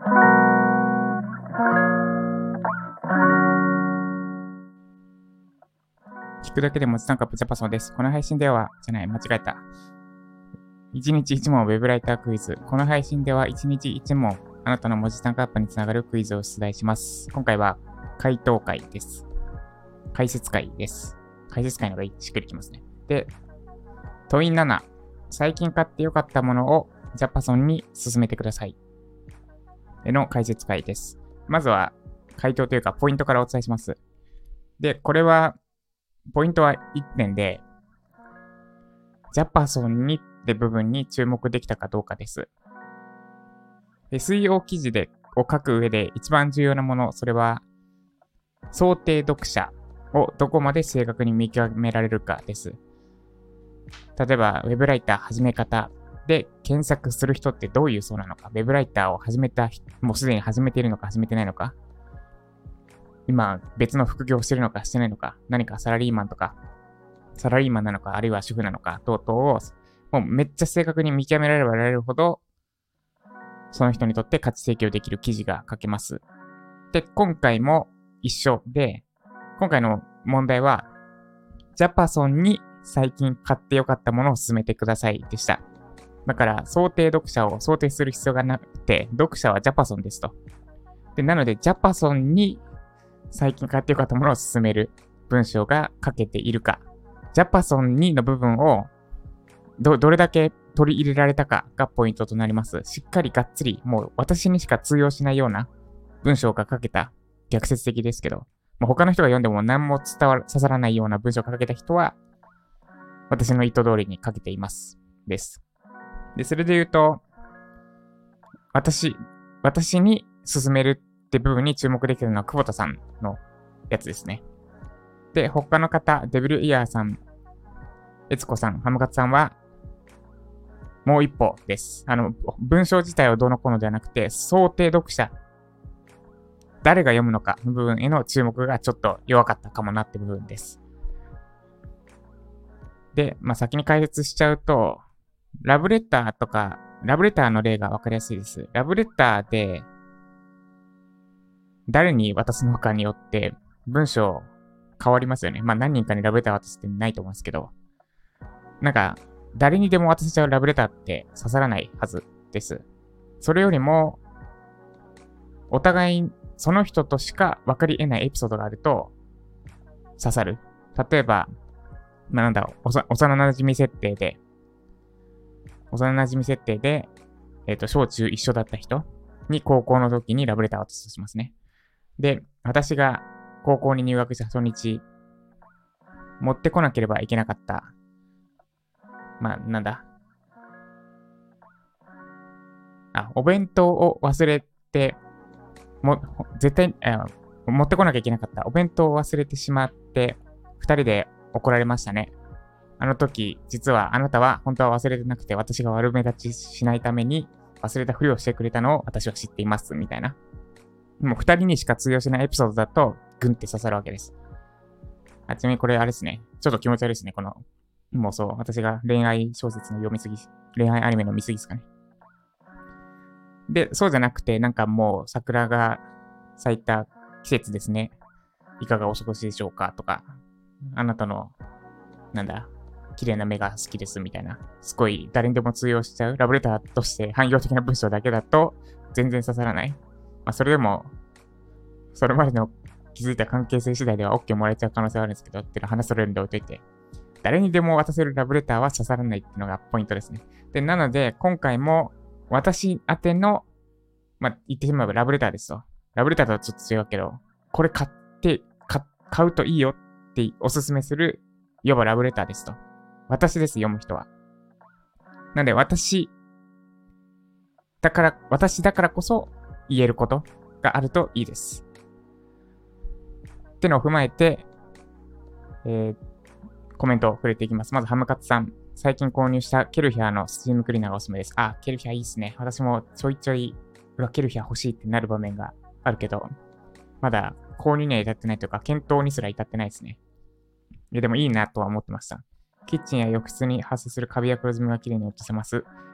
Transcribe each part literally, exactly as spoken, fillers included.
聞くだけで文字タンカップジャパソンです。この配信では、じゃない、間違えた。いちにちいち問ウェブライタークイズ。この配信ではいちにちいち問、あなたの文字タンカップにつながるクイズを出題します。今回は回答会です。解説会です。解説会の方がしっくりきますね。で、問いなな。最近買ってよかったものをジャパソンに勧めてください。への解説会です。まずは、回答というかポイントからお伝えします。で、これは、ポイントはいってんで、ジャパソンにって部分に注目できたかどうかです。エスイーオー 記事でを書く上で一番重要なもの、それは想定読者をどこまで正確に見極められるかです。例えば、ウェブライター始め方で検索する人ってどういう層なのか、ウェブライターを始めた人、もうすでに始めているのか始めてないのか、今別の副業をしてるのかしてないのか、何かサラリーマンとか、サラリーマンなのか、あるいは主婦なのか、等々を、もうめっちゃ正確に見極められればられるほど、その人にとって価値提供できる記事が書けます。で、今回も一緒で、今回の問題は、ジャパソンに最近買ってよかったものを勧めてくださいでした。だから、想定読者を想定する必要がなくて、読者はジャパソンですと。で、なので、ジャパソンに最近買ってよかったものを勧める文章が書けているか。ジャパソンにの部分をど、どれだけ取り入れられたかがポイントとなります。しっかりがっつり、もう私にしか通用しないような文章が書けた。逆説的ですけど。もう他の人が読んでも何も伝わる、刺さらないような文章を書けた人は、私の意図通りに書けています。です。で、それで言うと、私、私に勧めるって部分に注目できるのは久保田さんのやつですね。で、他の方、デビルイヤーさん、エツコさん、ハムカツさんは、もう一歩です。あの、文章自体をどうのこうのではなくて、想定読者、誰が読むのかの部分への注目がちょっと弱かったかもなって部分です。で、まあ、先に解説しちゃうと、ラブレターとか、ラブレターの例がわかりやすいです。ラブレターで、誰に渡すのかによって文章変わりますよね。まあ何人かにラブレター渡すってないと思うんですけど、なんか誰にでも渡せちゃうラブレターって刺さらないはずです。それよりも、お互いその人としか分かり得ないエピソードがあると刺さる。例えば、まあ、なんだろう、幼馴染設定で、幼馴染設定で、えっと、小中一緒だった人に高校の時にラブレターを渡すとしますね。で、私が高校に入学した初日、持ってこなければいけなかった。まあ、なんだ。あ、お弁当を忘れて、も、絶対、あ、持ってこなきゃいけなかった。お弁当を忘れてしまって、二人で怒られましたね。あの時、実はあなたは本当は忘れてなくて、私が悪目立ちしないために忘れたふりをしてくれたのを私は知っています、みたいな。もう二人にしか通用しないエピソードだと、グンって刺さるわけです。あ、ちなみにこれあれですね。ちょっと気持ち悪いですね。この、もうそう、私が恋愛小説の読みすぎ、恋愛アニメの見すぎですかね。で、そうじゃなくて、なんかもう桜が咲いた季節ですね。いかがお過ごしでしょうかとか、あなたの、なんだ、綺麗な目が好きですみたいな、すごい誰にでも通用しちゃうラブレターとして汎用的な文章だけだと全然刺さらない。まあ、それでも、それまでの気づいた関係性次第では OK もらえちゃう可能性はあるんですけど、っていうのは話それるんで置いといて、誰にでも渡せるラブレターは刺さらないっていうのがポイントですね。で、なので、今回も私宛ての、まあ、言ってしまえばラブレターですと。ラブレターとはちょっと違うけど、これ買って、買うといいよっておすすめする、いわばラブレターですと。私です、読む人は。なんで、私、だから、私だからこそ言えることがあるといいです。ってのを踏まえて、えー、コメントを触れていきます。まず、ハムカツさん。最近購入したケルヒャーのスチームクリーナーがおすすめです。あ、ケルヒャーいいっすね。私もちょいちょい、うわ、ケルヒャー欲しいってなる場面があるけど、まだ購入には至ってないというか、検討にすら至ってないですね。いや、でもいいなとは思ってました。キッチンや浴室に発生するカビや黒ずみがきれいに落とせます。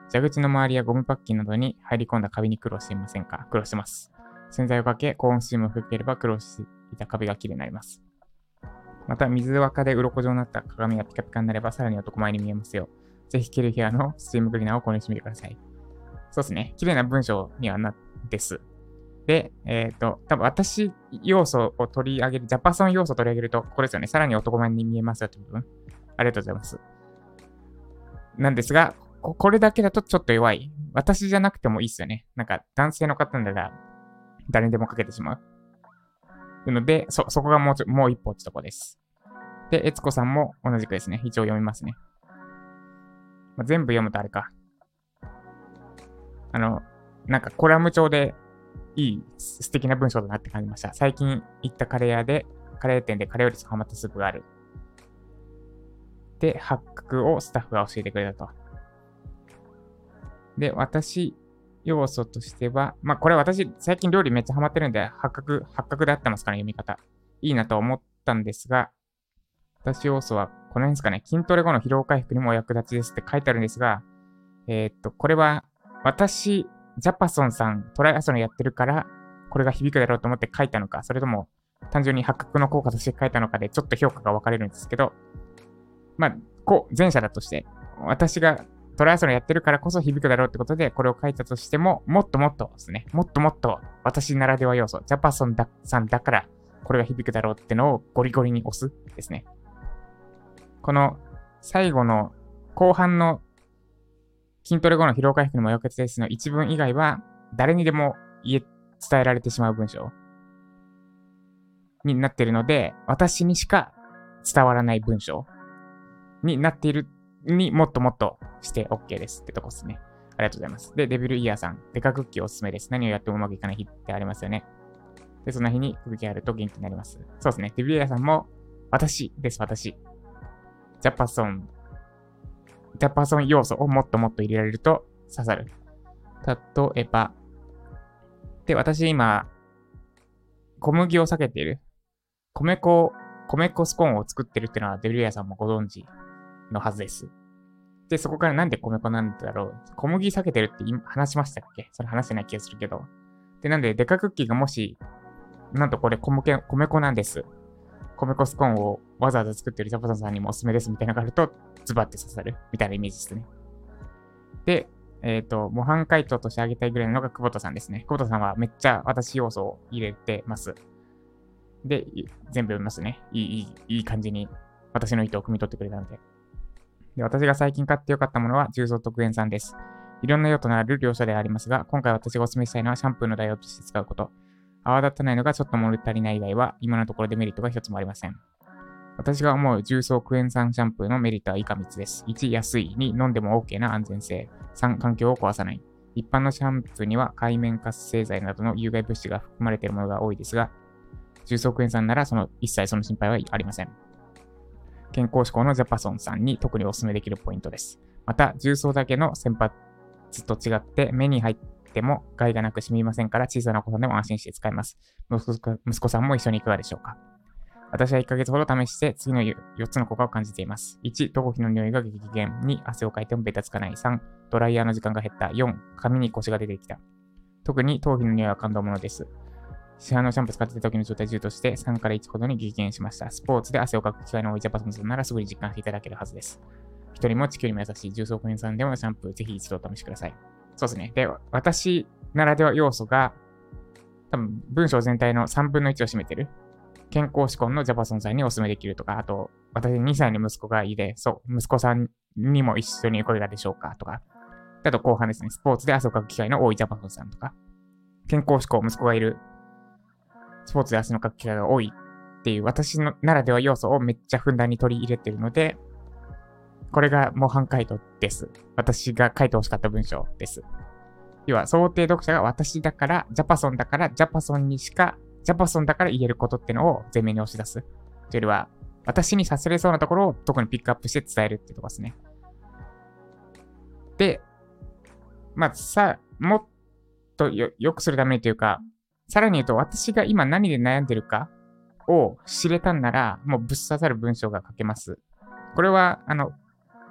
蛇口の周りやゴムパッキンなどに入り込んだカビに苦労していませんか？苦労してます。洗剤をかけ、高温スチームを吹ければ苦労していたカビがきれいになります。また、水沸かで鱗状になった鏡がピカピカになればさらに男前に見えますよ。ぜひ、キルヒアのスチームクリーナーを購入してみてください。そうですね。綺麗な文章にはな、です。で、えっと、多分私要素を取り上げる、ジャパソン要素を取り上げると、ここですよね。さらに男前に見えますよという部分。ありがとうございます。なんですが、ここれだけだとちょっと弱い。私じゃなくてもいいですよね。なんか男性の方なら誰にでもかけてしまう。なので、そ、そこがもうちょ、もう一歩落ちとこです。で、悦子さんも同じくですね。一応読みますね。まあ、全部読むとあれか。あの、なんかコラム調でいい素敵な文章だなって感じました。最近行ったカレー屋で、カレー店でカレーよりハマったスープがある。で、発覚をスタッフが教えてくれたと。で、私要素としては、まあこれ私最近料理めっちゃハマってるんで、発覚、発覚で合ってますかね、読み方。いいなと思ったんですが、私要素はこの辺ですかね、筋トレ後の疲労回復にもお役立ちですって書いてあるんですが、えー、っと、これは私、ジャパソンさん、トライアスロンやってるから、これが響くだろうと思って書いたのか、それとも単純に発覚の効果として書いたのかで、ちょっと評価が分かれるんですけど、まあ、こう、前者だとして、私がトライアスロンやってるからこそ響くだろうってことで、これを書いたとしても、もっともっとですね、もっともっと私ならでは要素、ジャパソンださんだからこれが響くだろうってのをゴリゴリに押すですね。この最後の後半の筋トレ後の疲労回復にも役立ちですの一文以外は、誰にでも言え、伝えられてしまう文章になっているので、私にしか伝わらない文章になっているにもっともっとして OK ですってとこですね。ありがとうございます。で、デビルイヤーさん、デカクッキーおすすめです。何をやってもうまくいかない日ってありますよね。で、その日にクッキーあると元気になります。そうですね。デビルイヤーさんも、私です、私。ジャパソン、ジャパソン要素をもっともっと入れられると刺さる。例えば、で、私今、小麦を避けている。米粉、米粉スコーンを作ってるっていうのはデビルイヤーさんもご存知のはずです。で、そこからなんで米粉なんだろう。小麦避けてるって話しましたっけ？それ話してない気がするけど。で、なんで、デカクッキーがもし、なんとこれ米粉なんです。米粉スコーンをわざわざ作ってるジャパソンさんにもおすすめですみたいなのがあると、ズバって刺さるみたいなイメージですね。で、えっと、模範解答としてあげたいぐらいのが久保田さんですね。久保田さんはめっちゃ私要素を入れてます。で、全部読みますね。いい、いい、いい感じに私の意図を汲み取ってくれたので。で、私が最近買ってよかったものは重曹特塩酸です。いろんな用途のある両者でありますが、今回私がお勧めしたいのはシャンプーの代用として使うこと。泡立たないのがちょっと物足りない以外は、今のところデメリットが一つもありません。私が思う重曹クエン酸シャンプーのメリットは以下みっつです。いち、安い。に、飲んでも OK な安全性。さん、環境を壊さない。一般のシャンプーには界面活性剤などの有害物質が含まれているものが多いですが、重曹クエン酸ならその一切その心配はありません。健康志向のジャパソンさんに特にお勧めできるポイントです。また、重曹だけの洗髪と違って目に入っても害がなく染みませんから小さなお子さんでも安心して使えます。息子さんも一緒にいかがでしょうか。私はいっかげつほど試して次のよっつの効果を感じています。いち、頭皮の匂いが激減。に、汗をかいてもベタつかない。さん、ドライヤーの時間が減った。よん、髪にコシが出てきた。特に頭皮の匂いは感動ものです。市販のシャンプー使っていた時の状態じゅうとしてさんからいちほどに激減しました。スポーツで汗をかく機会の多いジャパソンさんならすぐに実感していただけるはずです。人にも地球にも優しい重曹クエン酸でもシャンプーぜひ一度お試しください。そうですね。で、私ならでは要素が多分文章全体のさんぶんのいちを占めてる。健康志向のジャパソンさんにお勧めできるとか、あと、私にさいの息子がいて、そう、息子さんにも一緒にいかがでしょうかとか、あと後半ですね、スポーツで汗をかく機会の多いジャパソンさんとか、健康志向、息子がいる、スポーツで汗のかく機会が多いっていう私のならでは要素をめっちゃふんだんに取り入れてるので、これが模範解答です。私が書いてほしかった文章です。要は、想定読者が私だから、ジャパソンだから、ジャパソンにしか、ジャパソンだから言えることってのを前面に押し出す。というよりは、私にさせれそうなところを特にピックアップして伝えるっていうところですね。で、まあ、さ、もっとよ、よくするためにというか、さらに言うと、私が今何で悩んでるかを知れたんなら、もうぶっ刺さる文章が書けます。これは、あの、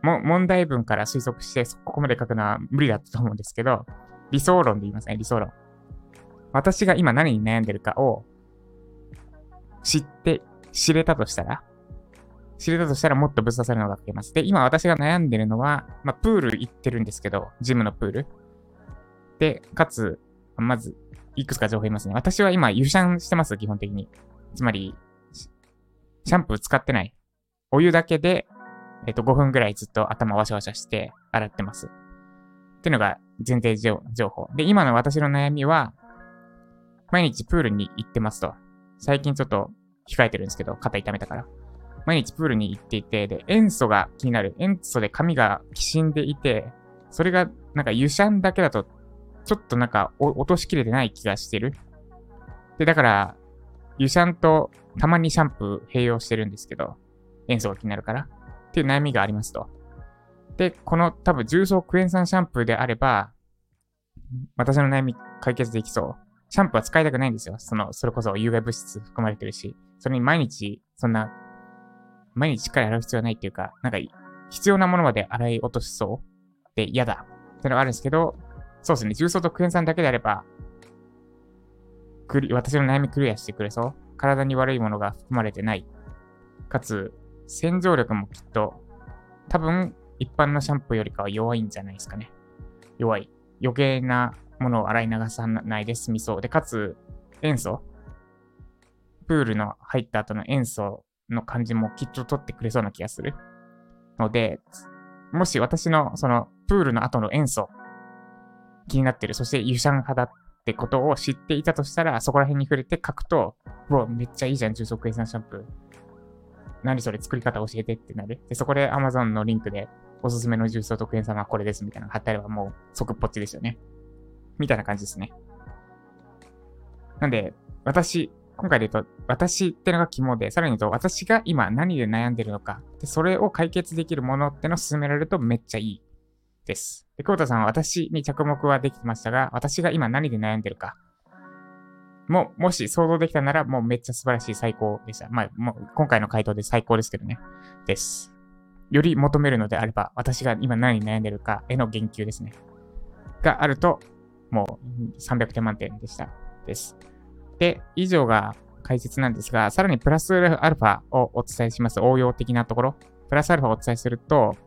も問題文から推測してここまで書くのは無理だったと思うんですけど、理想論で言いますね、理想論。私が今何に悩んでるかを知って、知れたとしたら、知れたとしたらもっとぶっ刺さるのが書けます。で、今私が悩んでるのは、まあ、プール行ってるんですけど、ジムのプール。で、かつ、まず、いくつか情報言いますね。私は今、湯シャンしてます、基本的に。つまり、シャンプー使ってない。お湯だけで、えっと、ごふんぐらいずっと頭ワシャワシャして洗ってます。っていうのが前提情報。で、今の私の悩みは、毎日プールに行ってますと。最近ちょっと控えてるんですけど、肩痛めたから。毎日プールに行っていて、で、塩素が気になる。塩素で髪がきしんでいて、それがなんか湯シャンだけだと、ちょっとなんか落としきれてない気がしてる。で、だから、湯シャンとたまにシャンプー併用してるんですけど、塩素が気になるから。っていう悩みがありますと。で、この多分重曹クエン酸シャンプーであれば、私の悩み解決できそう。シャンプーは使いたくないんですよ。その、それこそ有害物質含まれてるし、それに毎日、そんな、毎日しっかり洗う必要はないっていうか、なんか、必要なものまで洗い落としそうで嫌だってのがあるんですけど、そうですね、重曹とクエン酸だけであれば、クリ私の悩みクリアしてくれそう。体に悪いものが含まれてない。かつ、洗浄力もきっと、多分、一般のシャンプーよりかは弱いんじゃないですかね。弱い。余計なものを洗い流さないで済みそう。で、かつ、塩素プールの入った後の塩素の感じもきっと取ってくれそうな気がする。ので、もし私のそのプールの後の塩素気になってる、そして湯シャン派だってことを知っていたとしたら、そこら辺に触れて書くと、うわ、めっちゃいいじゃん、重曹クエン酸シャンプー。何それ作り方教えてってなる。で、そこで Amazon のリンクでおすすめの重曹とクエン酸はこれですみたいなのが貼ってあればもう即ポッチですよね。みたいな感じですね。なんで、私、今回で言うと、私ってのが肝で、さらに言うと、私が今何で悩んでるのか、で、それを解決できるものってのを進められるとめっちゃいいです。で、久保田さんは私に着目はできてましたが、私が今何で悩んでるか、も、もし想像できたなら、もうめっちゃ素晴らしい最高でした。まあ、もう今回の回答で最高ですけどね。です。より求めるのであれば、私が今何に悩んでるかへの言及ですね。があると、もうさんびゃくてん満点でした。です。で、以上が解説なんですが、さらにプラスアルファをお伝えします。応用的なところ。プラスアルファをお伝えすると、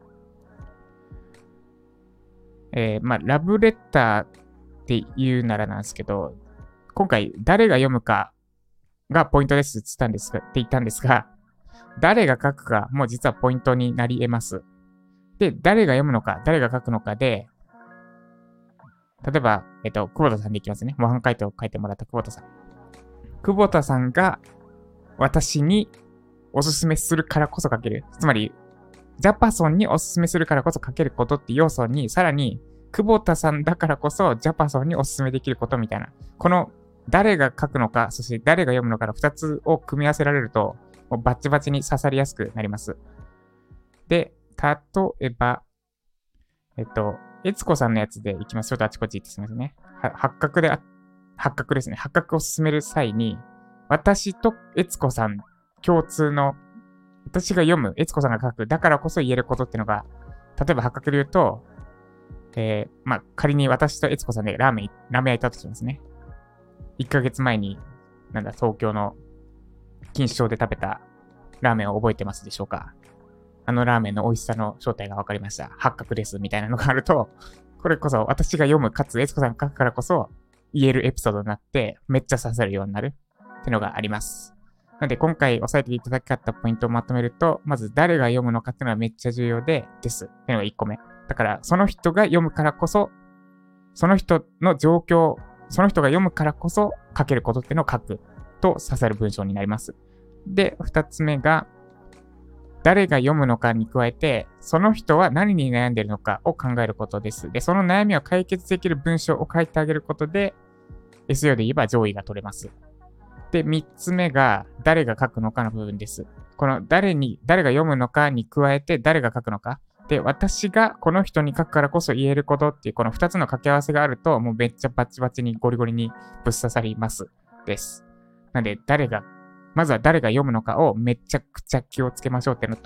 えー、まあ、ラブレターって言うならなんですけど、今回誰が読むかがポイントですって言ったんですが、って言ったんですが、誰が書くかも実はポイントになり得ます。で、誰が読むのか、誰が書くのかで、例えば、えっと、久保田さんでいきますね。模範解答を書いてもらった久保田さん。久保田さんが私におすすめするからこそ書ける。つまり、ジャパソンにおすすめするからこそ書けることって要素に、さらに、久保田さんだからこそジャパソンにおすすめできることみたいな。この誰が書くのか、そして誰が読むのかのふたつを組み合わせられると、もうバッチバチに刺さりやすくなります。で、例えば、えっと、悦子さんのやつでいきます。ちょっとあちこち行ってすみませんね。八角であ、八角ですね。八角を進める際に、私と悦子さん共通の、私が読む、悦子さんが書く、だからこそ言えることっていうのが、例えば八角で言うと、えー、まあ、仮に私と悦子さんでラーメン、ラーメン屋行ったとしますね。いっかげつまえに、なんだ、東京の錦糸町で食べたラーメンを覚えてますでしょうか？あのラーメンの美味しさの正体が分かりました。八角です、みたいなのがあると、これこそ私が読む、かつ悦子さんが書くからこそ言えるエピソードになって、めっちゃ刺さるようになるってのがあります。なので今回押さえていただきたかったポイントをまとめると、まず誰が読むのかっていうのはめっちゃ重要で、です。っていうのがいっこめ。だから、その人が読むからこそ、その人の状況、その人が読むからこそ書けることっていうのを書くと刺さる文章になります。で、二つ目が、誰が読むのかに加えて、その人は何に悩んでいるのかを考えることです。で、その悩みを解決できる文章を書いてあげることで、エスイーオー で言えば上位が取れます。で、三つ目が、誰が書くのかの部分です。この誰に、誰が読むのかに加えて、誰が書くのか。で、私がこの人に書くからこそ言えることっていう、この二つの掛け合わせがあると、もうめっちゃバチバチにゴリゴリにぶっ刺さります。です。なんで、誰が、まずは誰が読むのかをめちゃくちゃ気をつけましょうっていうのと、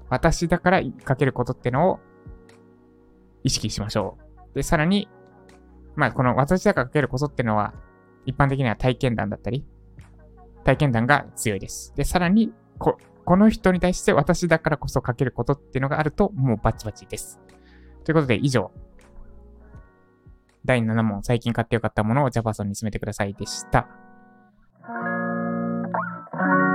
私だから書けることってのを意識しましょう。で、さらに、まあ、この私だから書けることってのは、一般的には体験談だったり、体験談が強いです。で、さらに、こ、この人に対して私だからこそ書けることっていうのがあると、もうバチバチです。ということで、以上、だいなな問、最近買ってよかったものをジャパソンに詰めてくださいでした。